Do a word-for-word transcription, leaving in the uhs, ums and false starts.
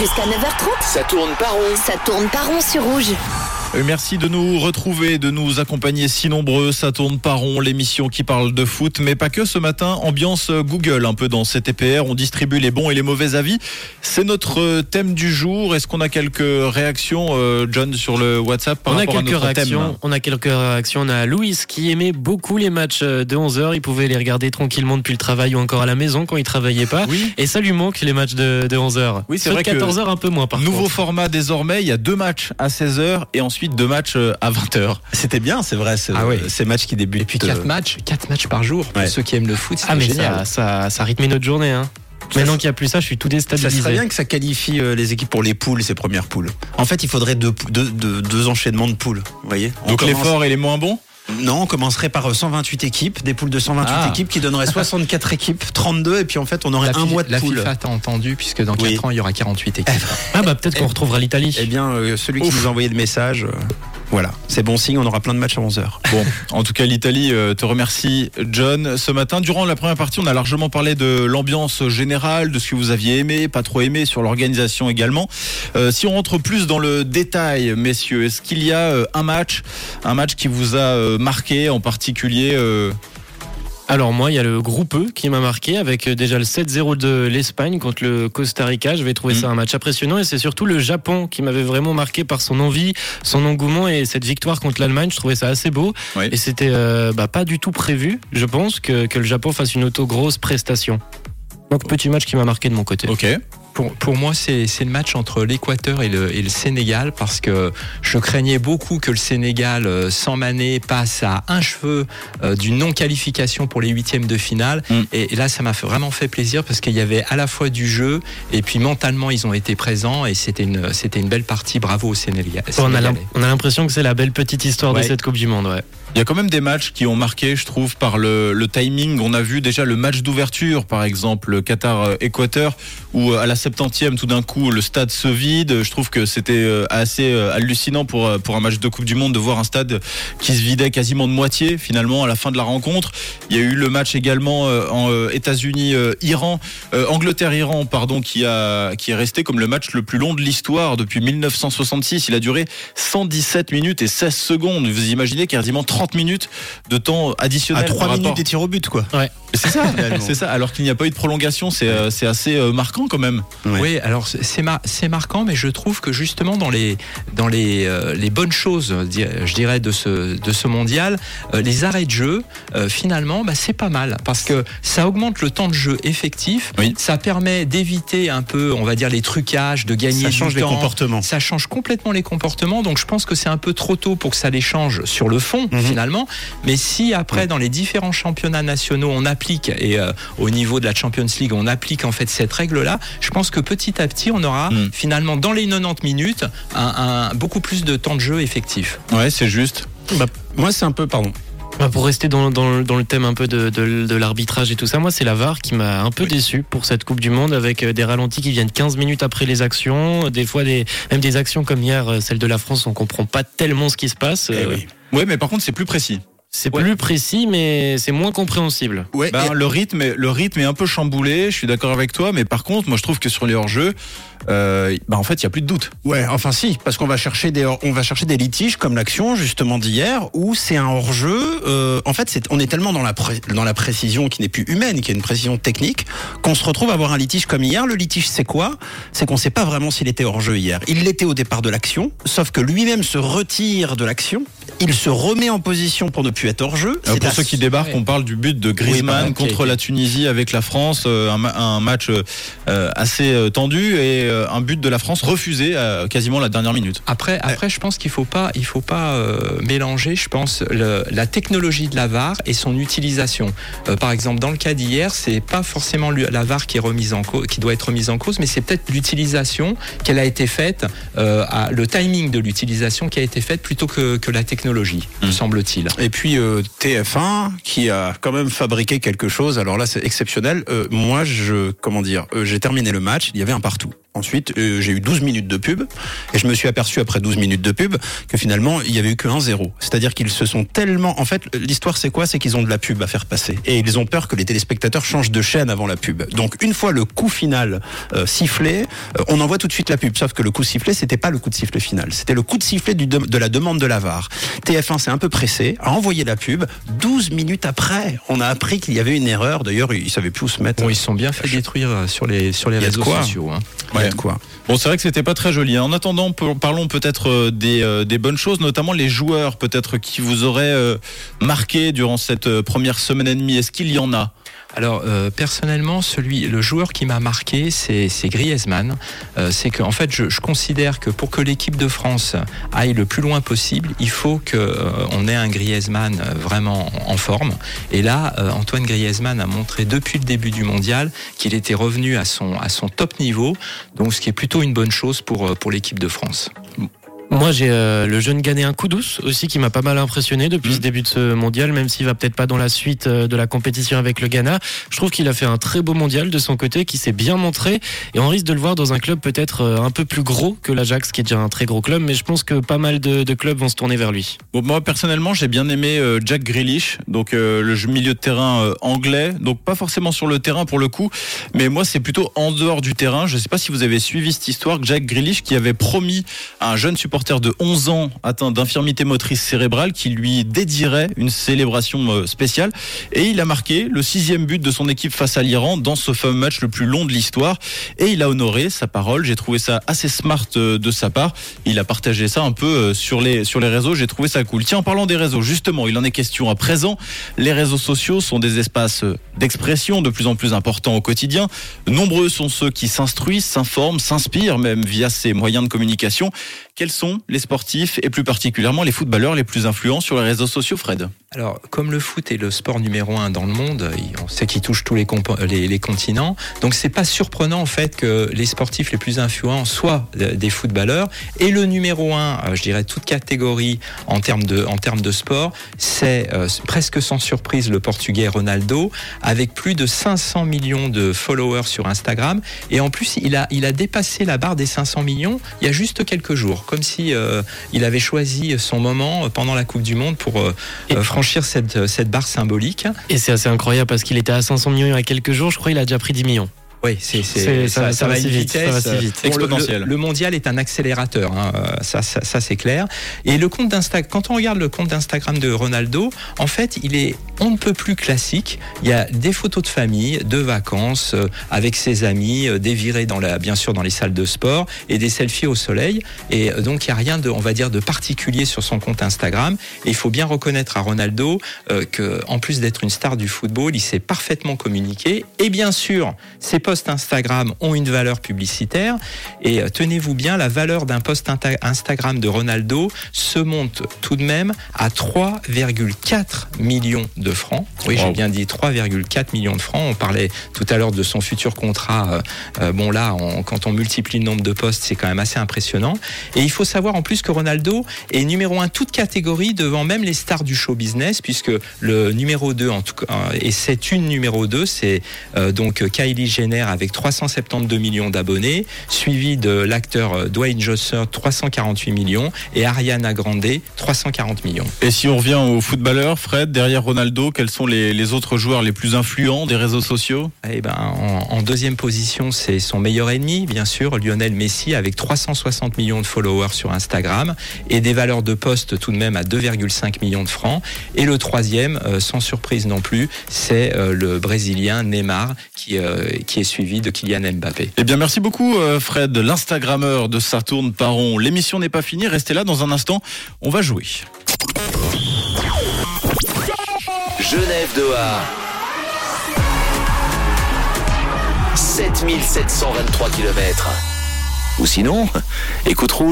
Jusqu'à neuf heures trente, Ça tourne pas rond. ça tourne pas rond sur Rouge. Merci de nous retrouver, de nous accompagner si nombreux. Ça tourne pas rond, l'émission qui parle de foot, mais pas que. Ce matin, ambiance Google un peu dans C T P R. On distribue les bons et les mauvais avis. C'est notre thème du jour. Est-ce qu'on a quelques réactions, euh, John, sur le WhatsApp par on rapport a à quelques notre réactions. thème? On a quelques réactions. On a Louis qui aimait beaucoup les matchs de onze heures. Il pouvait les regarder tranquillement depuis le travail ou encore à la maison quand il travaillait pas. Oui. Et ça lui manque les matchs de, de onze heures. Oui, c'est Ceux vrai de quatorze heures un peu moins par Nouveau contre. format désormais. Il y a deux matchs à seize heures et ensuite deux matchs à vingt heures. C'était bien, c'est vrai, ce- Ah oui. ces matchs qui débutent. Et puis quatre euh, matchs, quatre matchs par jour. Pour Ouais. ceux qui aiment le foot, c'est Ah mais génial. ça, ça, ça rythmait notre journée. Hein. Maintenant qu'il n'y a plus ça, je suis tout Ça déstabilisé. serait bien que ça qualifie euh, les équipes pour les poules, ces premières poules. En fait, il faudrait deux, deux, deux, deux enchaînements de poules, vous voyez. On Donc les commence- forts et les moins bons? Non, on commencerait par cent vingt-huit équipes, des poules de cent vingt-huit Ah. équipes qui donneraient soixante-quatre équipes, trente-deux, et puis en fait, on aurait La, un fi- mois de la poules. FIFA t'a entendu, puisque dans Oui. quatre ans, il y aura quarante-huit équipes. Ah bah peut-être qu'on retrouvera l'Italie. Eh bien, euh, celui qui nous a envoyé le message, euh, voilà, c'est bon signe, on aura plein de matchs à onze heures. Bon, en tout cas, l'Italie euh, te remercie, John. Ce matin, durant la première partie, on a largement parlé de l'ambiance générale, de ce que vous aviez aimé, pas trop aimé, sur l'organisation également. Euh, si on rentre plus dans le détail, messieurs, est-ce qu'il y a euh, un match, un match qui vous a euh, marqué en particulier euh... Alors moi, il y a le groupe E qui m'a marqué avec euh, déjà le sept zéro de l'Espagne contre le Costa Rica. J'avais trouvé Mmh. ça un match impressionnant et c'est surtout le Japon qui m'avait vraiment marqué par son envie, son engouement et cette victoire contre l'Allemagne. Je trouvais ça assez beau Oui. et c'était euh, bah, pas du tout prévu, je pense, que, que le Japon fasse une auto grosse prestation. Donc petit match qui m'a marqué de mon côté. Ok. Pour, pour moi, c'est, c'est le match entre l'Équateur et le, et le Sénégal, parce que je craignais beaucoup que le Sénégal, euh, sans Mané, passe à un cheveu euh, d'une non-qualification pour les huitièmes de finale. Mm. Et, et là, ça m'a fait- vraiment fait plaisir, parce qu'il y avait à la fois du jeu, et puis mentalement, ils ont été présents, et c'était une, c'était une belle partie. Bravo au Sénégal. On a, l'im- on a l'impression que c'est la belle petite histoire Ouais. de cette Coupe du Monde. Ouais. Il y a quand même des matchs qui ont marqué, je trouve, par le, le timing. On a vu déjà le match d'ouverture, par exemple, Qatar-Équateur, où à la septantième, tout d'un coup, le stade se vide. Je trouve que c'était assez hallucinant pour, pour un match de Coupe du Monde de voir un stade qui se vidait quasiment de moitié, finalement, à la fin de la rencontre. Il y a eu le match également en États-Unis-Iran, euh, Angleterre-Iran, pardon, qui, a, qui est resté comme le match le plus long de l'histoire depuis mille neuf cent soixante-six. Il a duré cent dix-sept minutes et seize secondes. Vous imaginez qu'il y a quasiment trente minutes de temps additionnel. À trois par minutes rapport- des tirs au but, quoi. C'est ça, c'est ça. Alors qu'il n'y a pas eu de prolongation, c'est, euh, c'est assez euh, marquant quand même. Ouais. Oui, alors c'est, c'est mar- c'est marquant, mais je trouve que justement dans les, dans les, euh, les bonnes choses, di- je dirais, de ce, de ce mondial, euh, les arrêts de jeu, euh, finalement, bah, c'est pas mal, parce que ça augmente le temps de jeu effectif, Oui. ça permet d'éviter un peu, on va dire, les trucages, de gagner Ça du change les temps. comportements. Ça change complètement les comportements, donc je pense que c'est un peu trop tôt pour que ça les change sur le fond, Mhm. finalement. Mais si après, dans les différents championnats nationaux, on applique, et euh, au niveau de la Champions League, on applique en fait cette règle-là, je pense que petit à petit, on aura Mhm. finalement, dans les quatre-vingt-dix minutes, un, un- beaucoup plus de temps de jeu effectif. Ouais, c'est juste. Moi, c'est un peu, pardon. Bah, pour rester dans, dans, dans le thème un peu de, de, de l'arbitrage et tout ça, moi c'est la V A R qui m'a un peu déçu pour cette Coupe du Monde, avec euh, des ralentis qui viennent quinze minutes après les actions, des fois des, même des actions comme hier, euh, celle de la France, on comprend pas tellement ce qui se passe. Eh euh, oui. Ouais, mais par contre, c'est plus précis. C'est Ouais. plus précis, mais c'est moins compréhensible. Ouais, Ben, et- le rythme, est- le rythme est un peu chamboulé. Je suis d'accord avec toi, mais par contre, moi, je trouve que sur les hors-jeux, euh, bah, en fait, il y a plus de doute. Ouais, enfin si, parce qu'on va chercher des, on va chercher des litiges comme l'action justement d'hier où c'est un hors-jeu. Euh, en fait, c'est, on est tellement dans la pré- dans la précision qui n'est plus humaine, qui est une précision technique, qu'on se retrouve à avoir un litige comme hier. Le litige, c'est quoi ? C'est qu'on ne sait pas vraiment s'il était hors-jeu hier. Il l'était au départ de l'action, sauf que lui-même se retire de l'action. Il se remet en position pour ne plus être hors-jeu. Euh, C'est pour la- ceux qui débarquent, ouais. on parle du but de Griezmann Oui, pardon, contre qui a la été- Tunisie avec la France, euh, un, ma- un match euh, assez euh, tendu et euh, un but de la France refusé à quasiment la dernière minute. Après, après, je pense qu'il faut pas, il faut pas euh, mélanger, je pense, le, la technologie de la V A R et son utilisation. Euh, par exemple, dans le cas d'hier, c'est pas forcément lui- la V A R qui est remise en cause, qui doit être remise en cause, mais c'est peut-être l'utilisation qu'elle a été faite, euh, à, le timing de l'utilisation qui a été faite plutôt que, que la technologie. technologie, me Mmh. semble-t-il. Et puis euh, T F un qui a quand même fabriqué quelque chose. Alors là, c'est exceptionnel. Euh, moi, je comment dire, euh, j'ai terminé le match. Il y avait un partout. Ensuite, euh, j'ai eu douze minutes de pub et je me suis aperçu après douze minutes de pub que finalement, il y avait eu que un zéro. C'est-à-dire qu'ils se sont tellement... En fait, l'histoire, c'est quoi? C'est qu'ils ont de la pub à faire passer. Et ils ont peur que les téléspectateurs changent de chaîne avant la pub. Donc, une fois le coup final euh, sifflé, euh, on envoie tout de suite la pub. Sauf que le coup sifflé, c'était pas le coup de sifflet final. C'était le coup de sifflet du de, de la demande de la V A R. T F un s'est un peu pressé, a envoyé la pub. douze minutes après, on a appris qu'il y avait une erreur. D'ailleurs, ils savaient plus où se mettre. Bon, ils se sont bien fait détruire sur les, sur les Il y a de réseaux quoi. sociaux. Hein. Il y a Ouais. de quoi. Bon, c'est vrai que c'était pas très joli. En attendant, pe- parlons peut-être euh, des, euh, des bonnes choses, notamment les joueurs peut-être qui vous auraient euh, marqué durant cette euh, première semaine et demie. Est-ce qu'il y en a? Alors euh, personnellement, celui, le joueur qui m'a marqué, c'est, c'est Griezmann. Euh, c'est que en fait, je, je considère que pour que l'équipe de France aille le plus loin possible, il faut que euh, on ait un Griezmann vraiment en forme. Et là, euh, Antoine Griezmann a montré depuis le début du mondial qu'il était revenu à son à son top niveau. Donc, ce qui est plutôt une bonne chose pour pour l'équipe de France. Moi, j'ai euh, le jeune Ghanéen Koudous aussi qui m'a pas mal impressionné depuis Mmh. ce début de ce mondial, même s'il va peut-être pas dans la suite euh, de la compétition avec le Ghana. Je trouve qu'il a fait un très beau mondial de son côté, qui s'est bien montré, et on risque de le voir dans un club peut-être euh, un peu plus gros que l'Ajax, qui est déjà un très gros club, mais je pense que pas mal de, de clubs vont se tourner vers lui. Bon, moi personnellement, j'ai bien aimé euh, Jack Grealish, donc euh, le milieu de terrain euh, anglais, donc pas forcément sur le terrain pour le coup, mais moi c'est plutôt en dehors du terrain. Je sais pas si vous avez suivi cette histoire, que Jack Grealish qui avait promis à un jeune supporter de onze ans atteint d'infirmité motrice cérébrale qui lui dédierait une célébration euh, spéciale, et il a marqué le sixième but de son équipe face à l'Iran dans ce fameux match le plus long de l'histoire, et il a honoré sa parole. J'ai trouvé ça assez smart euh, de sa part. Il a partagé ça un peu euh, sur les sur les réseaux. J'ai trouvé ça cool. Tiens, en parlant des réseaux, justement, il en est question à présent. Les réseaux sociaux sont des espaces d'expression de plus en plus importants au quotidien. Nombreux sont ceux qui s'instruisent, s'informent, s'inspirent même via ces moyens de communication. Quels sont les sportifs et plus particulièrement les footballeurs les plus influents sur les réseaux sociaux, Fred? Alors, comme le foot est le sport numéro un dans le monde, on sait qu'il touche tous les, compo- les, les continents, donc c'est pas surprenant en fait que les sportifs les plus influents soient des footballeurs. Et le numéro un, je dirais toute catégorie en termes de, en termes de sport, c'est euh, presque sans surprise le Portugais Ronaldo, avec plus de cinq cents millions de followers sur Instagram. Et en plus, il a, il a dépassé la barre des cinq cents millions il y a juste quelques jours, comme si euh, il avait choisi son moment pendant la Coupe du Monde pour euh, Et- euh, franchir cette, cette barre symbolique. Et c'est assez incroyable parce qu'il était à cinq cents millions il y a quelques jours, je crois qu'il a déjà pris dix millions. Oui, c'est, c'est, C'est- ça, ça- ça ça va va à une si vite, ça vitesse va si vite. Bon, le- Exponentielle. Le, le mondial est un accélérateur, hein, ça, ça, ça c'est clair. Et le compte d'Instagram, quand on regarde le compte d'Instagram de Ronaldo, en fait, il est on ne peut plus classique. Il y a des photos de famille, de vacances, euh, avec ses amis, euh, des virées dans la, bien sûr dans les salles de sport et des selfies au soleil. Et euh, donc il y a rien de, on va dire, de particulier sur son compte Instagram. Et il faut bien reconnaître à Ronaldo euh, que, en plus d'être une star du football, il sait parfaitement communiquer. Et bien sûr, ses posts Instagram ont une valeur publicitaire. Et euh, tenez-vous bien, la valeur d'un post inta- Instagram de Ronaldo se monte tout de même à trois virgule quatre millions de francs. Oui, Wow. j'ai bien dit trois virgule quatre millions de francs. On parlait tout à l'heure de son futur contrat. Euh, euh, bon là, on, quand on multiplie le nombre de postes, c'est quand même assez impressionnant. Et il faut savoir en plus que Ronaldo est numéro un toute catégorie devant même les stars du show business, puisque le numéro deux, en tout cas, et c'est une numéro deux, c'est euh, donc Kylie Jenner avec trois cent soixante-douze millions d'abonnés, suivi de l'acteur Dwayne Johnson, trois cent quarante-huit millions, et Ariana Grande, trois cent quarante millions. Et si on revient aux footballeurs, Fred, derrière Ronaldo, quels sont les, les autres joueurs les plus influents des réseaux sociaux? Eh ben, en, en deuxième position, c'est son meilleur ennemi, bien sûr, Lionel Messi, avec trois cent soixante millions de followers sur Instagram et des valeurs de poste tout de même à deux virgule cinq millions de francs. Et le troisième, euh, sans surprise non plus, c'est euh, le Brésilien Neymar, qui, euh, qui est suivi de Kylian Mbappé. Eh bien, merci beaucoup, euh, Fred, l'Instagrammeur de Ça tourne par rond. L'émission n'est pas finie, restez là dans un instant, on va jouer. Genève-Doha. sept mille sept cent vingt-trois kilomètres. Ou sinon, écoute Rouge.